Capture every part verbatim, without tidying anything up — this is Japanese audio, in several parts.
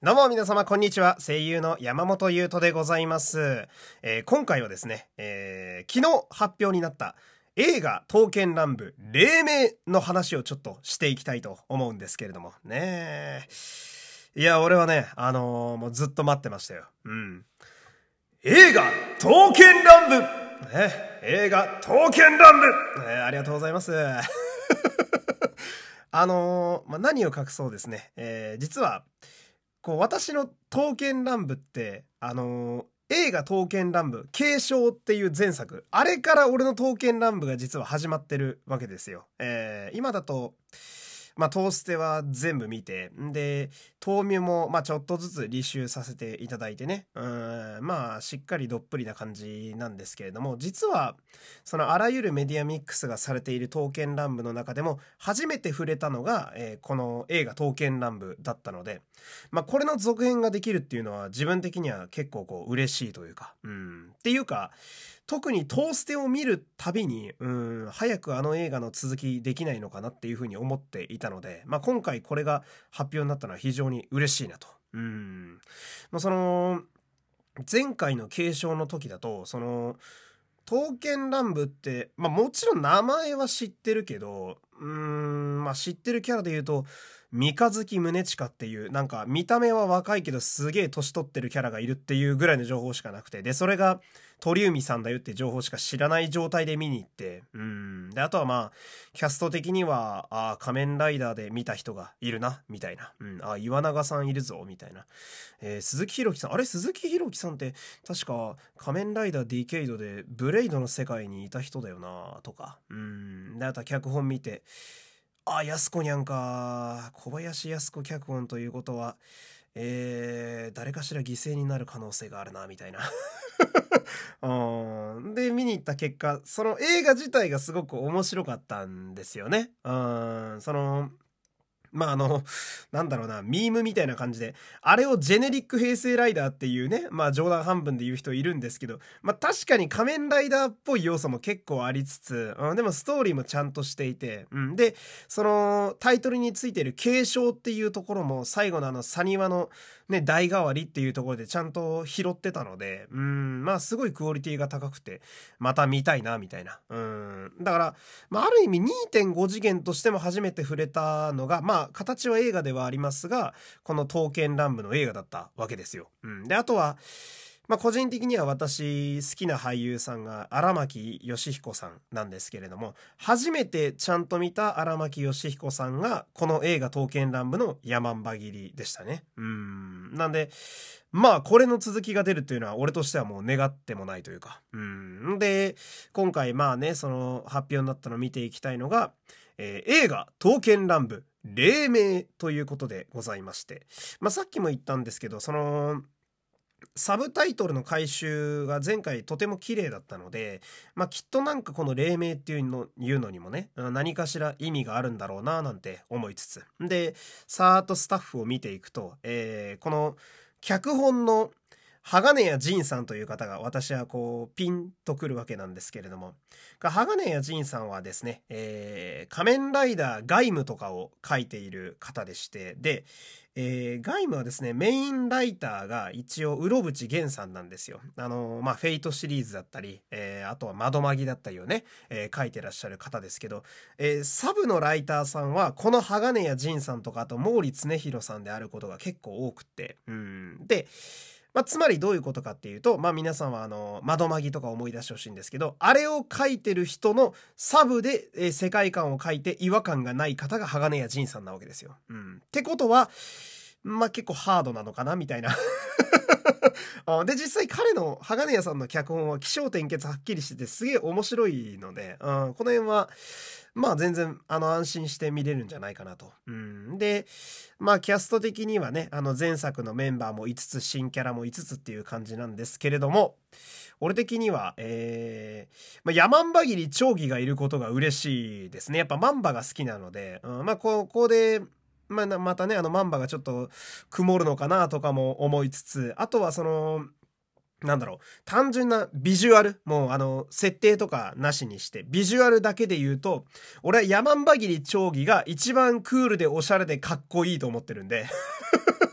どうも皆様こんにちは。声優の山本優斗でございます。えー今回はですね、えー昨日発表になった映画刀剣乱舞黎明の話をちょっとしていきたいと思うんですけれどもね。いや、俺はね、あのーもうずっと待ってましたよ。うん。映画刀剣乱舞ね、映画刀剣乱舞、ね、ありがとうございます。あのーまあ、何を隠そうですね。えー実は、こう、私の刀剣乱舞って、あのー映画刀剣乱舞継承っていう前作、あれから俺の刀剣乱舞が実は始まってるわけですよ。えー今だと、まあ、トーステは全部見て、んで、豆乳も、まあ、ちょっとずつ履修させていただいてね、うーん、まあ、しっかりどっぷりな感じなんですけれども、実は、そのあらゆるメディアミックスがされている刀剣乱舞の中でも、初めて触れたのが、えーこの映画刀剣乱舞だったので、まあ、これの続編ができるっていうのは、自分的には結構こう、嬉しいというか、うん、っていうか、特にトーステを見るたびに、うん、早くあの映画の続きできないのかなっていうふうに思っていたので、まあ、今回これが発表になったのは非常に嬉しいなと。うん。まあ、その、前回の継承の時だと、その、刀剣乱舞って、まあもちろん名前は知ってるけど、うーん、まあ知ってるキャラで言うと、三日月宗近っていう、なんか見た目は若いけどすげえ年取ってるキャラがいるっていうぐらいの情報しかなくて、で、それが鳥海さんだよって情報しか知らない状態で見に行って、うん。で、あとはまあ、キャスト的には、ああ、仮面ライダーで見た人がいるな、みたいな。うん、ああ、岩永さんいるぞ、みたいな。えー鈴木ひろきさん、あれ鈴木ひろきさんって確か仮面ライダーディケイドでブレイドの世界にいた人だよなとか、うん。で、あとは脚本見て、あ、やすこにゃんか。小林やすこ脚本ということは、えー、誰かしら犠牲になる可能性があるな、みたいな。うん。で、見に行った結果、その映画自体がすごく面白かったんですよね。うん。その、まああの、なんだろうな、ミームみたいな感じで、あれをジェネリック平成ライダーっていうね、まあ冗談半分で言う人いるんですけど、まあ確かに仮面ライダーっぽい要素も結構ありつつ、うん、でもストーリーもちゃんとしていて、うん、で、そのタイトルについてる継承っていうところも最後のあのサニワのね、代替わりっていうところでちゃんと拾ってたので、うん、まあすごいクオリティが高くて、また見たいな、みたいな。うん、だから、まあある意味 にてんご 次元としても初めて触れたのが、まあ形は映画ではありますが、この刀剣乱舞の映画だったわけですよ。うん、で、あとは、まあ個人的には私好きな俳優さんが荒牧義彦さんなんですけれども、初めてちゃんと見た荒牧義彦さんがこの映画刀剣乱舞の山んば切りでしたね。うん。なんで、まあこれの続きが出るっていうのは俺としてはもう願ってもないというか。うん。で、今回まあね、その発表になったのを見ていきたいのが、えー映画刀剣乱舞黎明ということでございまして。まあさっきも言ったんですけど、その、サブタイトルの回収が前回とても綺麗だったので、まあ、きっとなんかこの黎明っていうの、言うのにもね、何かしら意味があるんだろうななんて思いつつ。で、さーっとスタッフを見ていくと、えーこの脚本の鋼谷仁さんという方が私はこうピンとくるわけなんですけれども、鋼谷仁さんはですね、えー仮面ライダーガイムとかを書いている方でして、で、えーガイムはですね、メインライターが一応、うろぶちげんさんなんですよ。あのーまあ、フェイトシリーズだったり、えーあとは窓マギだったりをね、えー書いてらっしゃる方ですけど、えーサブのライターさんは、この鋼谷仁さんとか、あと毛利常弘さんであることが結構多くって、うん。で、まあ、つまりどういうことかっていうと、まあ、皆さんはあの、窓マギとか思い出してほしいんですけど、あれを書いてる人のサブで、えー世界観を書いて違和感がない方が鋼谷仁さんなわけですよ。うん。ってことは、まあ、結構ハードなのかなみたいな。あで、実際彼の鋼谷さんの脚本は起承転結はっきりしててすげえ面白いので、うん、この辺は、まあ全然、あの、安心して見れるんじゃないかなと。うん。で、まあキャスト的にはね、あの前作のメンバーもいつつ、新キャラもいつつっていう感じなんですけれども、俺的には、えー、まあ、山んば切り長義がいることが嬉しいですね。やっぱマンバが好きなので、うん、まあここで、まあ、なまたね、あの、マンバがちょっと曇るのかなとかも思いつつ、あとはその、なんだろう、単純なビジュアル、もうあの、設定とかなしにして、ビジュアルだけで言うと、俺は山んば切り長義が一番クールでおしゃれでかっこいいと思ってるんで、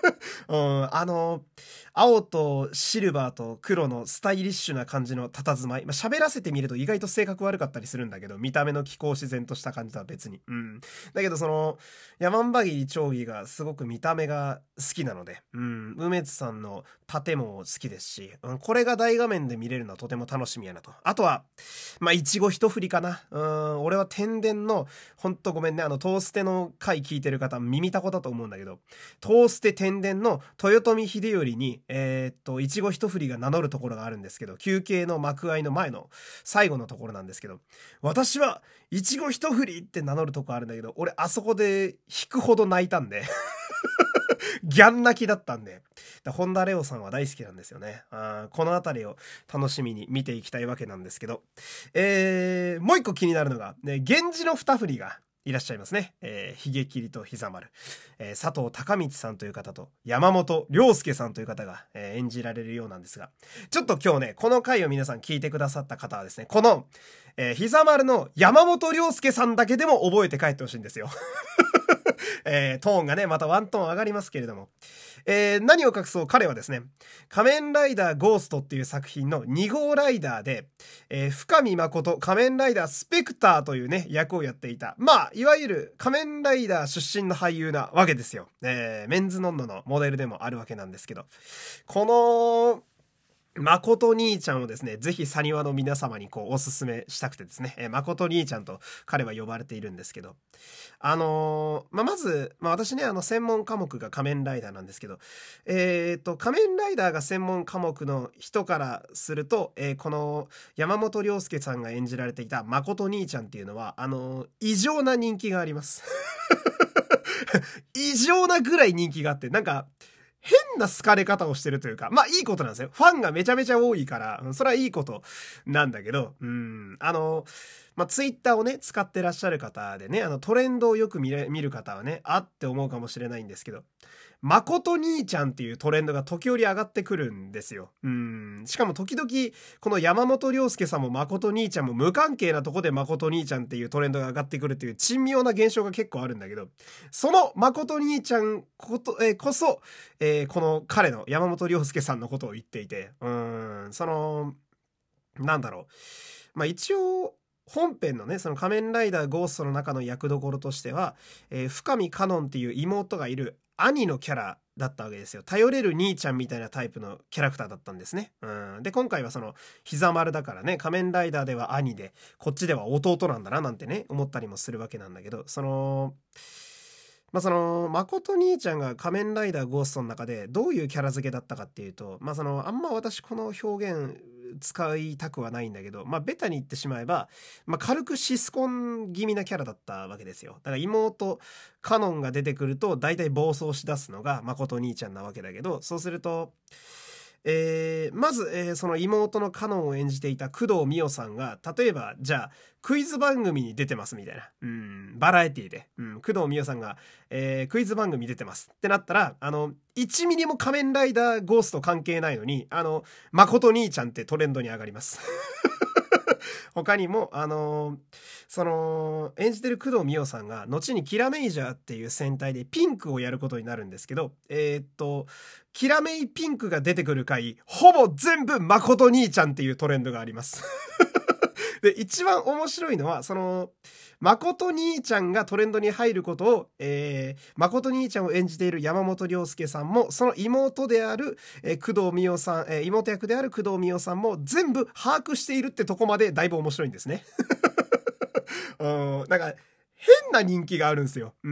うん、あの、青とシルバーと黒のスタイリッシュな感じの佇まい。まあ、喋らせてみると意外と性格悪かったりするんだけど、見た目の気候自然とした感じとは別に。うん。だけどその、ヤマンバギー長義がすごく見た目が好きなので、うん、梅津さんの盾も好きですし、うん、これが大画面で見れるのはとても楽しみやなと。あとは、まあ、いちご一振りかな。うん、俺は天然の、ほんとごめんね、あの、トーステの回聞いてる方、耳たこだと思うんだけど、トーステ天然の豊臣秀頼に、えー、っと、いちご一振りが名乗るところがあるんですけど、休憩の幕合いの前の最後のところなんですけど、私はいちご一振りって名乗るとこあるんだけど、俺あそこで引くほど泣いたんで、ギャン泣きだったんで、本田レオさんは大好きなんですよね。あこのあたりを楽しみに見ていきたいわけなんですけど、えー、もう一個気になるのが、ね、源氏の二振りがいらっしゃいますね。えー、ひげ切りと膝丸、えー、佐藤孝光さんという方と山本良介さんという方が、えー、演じられるようなんですが、ちょっと今日ね、この回を皆さん聞いてくださった方はですね、この、えー、膝丸の山本良介さんだけでも覚えて帰ってほしいんですよ。えー、トーンがね、またワントーン上がりますけれども、えー、何を隠そう彼はですね、仮面ライダーゴーストっていう作品のに号ライダーで、えー、深見誠仮面ライダースペクターというね、役をやっていた。まあ、いわゆる仮面ライダー出身の俳優なわけですよ。えー、メンズノンノのモデルでもあるわけなんですけど、この、誠兄ちゃんをですね、ぜひサニワの皆様にこうおすすめしたくてですね、えー、誠兄ちゃんと彼は呼ばれているんですけど、あのー、まあ、まず、まあ、私ね、あの、専門科目が仮面ライダーなんですけど、えっと、仮面ライダーが専門科目の人からすると、えー、この山本良介さんが演じられていた誠兄ちゃんっていうのは、あのー、異常な人気があります。異常なぐらい人気があって、なんか、変な好かれ方をしてるというか、まあいいことなんですよ。ファンがめちゃめちゃ多いから、それはいいことなんだけど、うん、あの、まあツイッターをね、使ってらっしゃる方でね、あのトレンドをよく見れ見る方はね、あって思うかもしれないんですけど、誠兄ちゃんっていうトレンドが時折上がってくるんですよ。うん。しかも時々、この山本良介さんも誠兄ちゃんも無関係なとこで誠兄ちゃんっていうトレンドが上がってくるっていう珍妙な現象が結構あるんだけど、その誠兄ちゃんこと、えー、こそ、えー、この彼の山本良介さんのことを言っていて、うーん、その、なんだろう。まあ一応、本編のね、その仮面ライダーゴーストの中の役どころとしては、えー、深見カノンっていう妹がいる兄のキャラだったわけですよ。頼れる兄ちゃんみたいなタイプのキャラクターだったんですね。うん。で、今回はその、膝丸だからね、仮面ライダーでは兄で、こっちでは弟なんだななんてね、思ったりもするわけなんだけど、その、まあその、誠兄ちゃんが仮面ライダーゴーストの中でどういうキャラ付けだったかっていうと、まあその、あんま私この表現使いたくはないんだけど、まあベタに言ってしまえば、まあ軽くシスコン気味なキャラだったわけですよ。だから妹、カノンが出てくると大体暴走し出すのが誠兄ちゃんなわけだけど、そうすると、えー、まず、えー、その妹のカノンを演じていた工藤美桜さんが、例えば、じゃあ、クイズ番組に出てますみたいな。うん、バラエティで。うん、工藤美桜さんが、えー、クイズ番組出てますってなったら、あの、いちミリも仮面ライダーゴースト関係ないのに、あの、誠兄ちゃんってトレンドに上がります。他にも、あのー、その、演じてる工藤美桜さんが、後にキラメイジャーっていう戦隊でピンクをやることになるんですけど、えー、っと、キラメイピンクが出てくる回、ほぼ全部誠兄ちゃんっていうトレンドがあります。で、一番面白いのは、その、誠兄ちゃんがトレンドに入ることを、えー、誠兄ちゃんを演じている山本良介さんも、その妹である、えー、工藤美桜さん、えー、妹役である工藤美桜さんも全部把握しているってとこまでだいぶ面白いんですね。うん、なんか、変な人気があるんですよ。うん。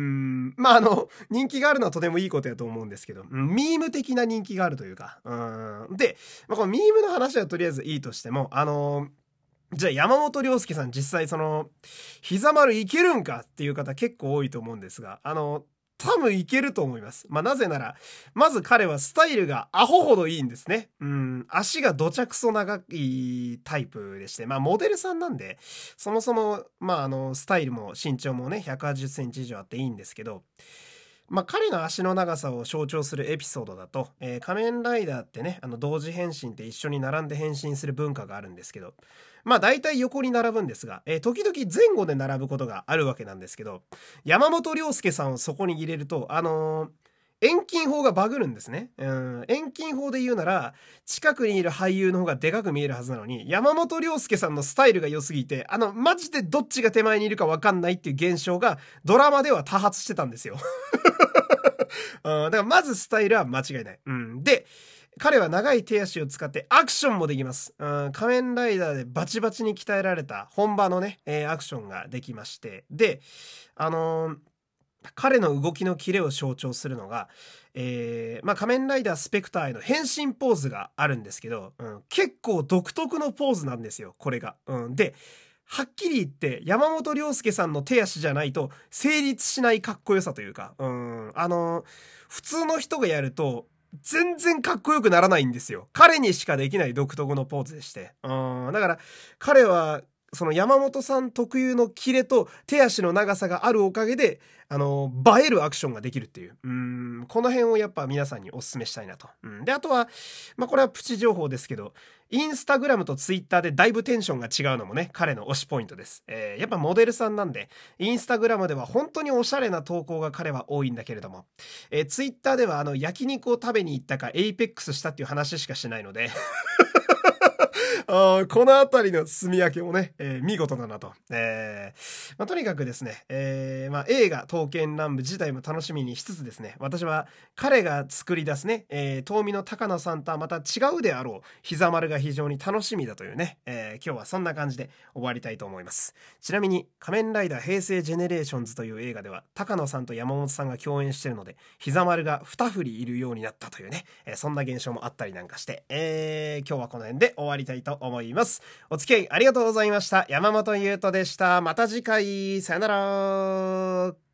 まあ、あの、人気があるのはとてもいいことやと思うんですけど、うん、ミーム的な人気があるというか。うん。で、まあ、このミームの話はとりあえずいいとしても、あのー、じゃあ山本良介さん実際その、膝丸いけるんかっていう方結構多いと思うんですが、あの、多分いけると思います。まあ、なぜなら、まず彼はスタイルがアホほどいいんですね。うん、足がどちゃくそ長いタイプでして、まあ、モデルさんなんで、そもそも、まあ、あの、スタイルも身長もね、ひゃくはちじゅっセンチ以上あっていいんですけど、まあ、彼の足の長さを象徴するエピソードだと、えー、仮面ライダーってね、あの、同時変身って一緒に並んで変身する文化があるんですけど、まあ大体横に並ぶんですが、えー、時々前後で並ぶことがあるわけなんですけど、山本良介さんをそこに入れると、あのー、 遠近法がバグるんですね。うん、遠近法で言うなら、近くにいる俳優の方がでかく見えるはずなのに、山本亮介さんのスタイルが良すぎて、あの、マジでどっちが手前にいるか分かんないっていう現象が、ドラマでは多発してたんですよ。うん、だからまずスタイルは間違いない。うん、で、彼は長い手足を使ってアクションもできます。うん、仮面ライダーでバチバチに鍛えられた本場のね、えー、アクションができまして。で、あのー彼の動きのキレを象徴するのが、えー、まあ仮面ライダースペクターへの変身ポーズがあるんですけど、うん、結構独特のポーズなんですよ、これが。うん、で、はっきり言って山本亮介さんの手足じゃないと成立しないかっこよさというか、うん、あのー、普通の人がやると全然かっこよくならないんですよ。彼にしかできない独特のポーズでして。うん、だから彼はその山本さん特有のキレと手足の長さがあるおかげで、あの、映えるアクションができるっていう。うーん、この辺をやっぱ皆さんにお勧めしたいなと。うん、で、あとは、まあ、これはプチ情報ですけど、インスタグラムとツイッターでだいぶテンションが違うのもね、彼の推しポイントです。えー、やっぱモデルさんなんで、インスタグラムでは本当におしゃれな投稿が彼は多いんだけれども、えー、ツイッターではあの、焼肉を食べに行ったか、エイペックスしたっていう話しかしないので、あこのあたりの住み分けもね、えー、見事だなと。えーまあ、とにかくですね、えーまあ、映画刀剣乱舞自体も楽しみにしつつですね、私は彼が作り出すね、えー、東美の高野さんとはまた違うであろう膝丸が非常に楽しみだというね、えー、今日はそんな感じで終わりたいと思います。ちなみに仮面ライダー平成ジェネレーションズという映画では高野さんと山本さんが共演しているので、膝丸が二振りいるようになったというね、えー、そんな現象もあったりなんかして、えー、今日はこの辺で終わりたいと思います。お付き合いありがとうございました。山本優斗でした。また次回、さよなら。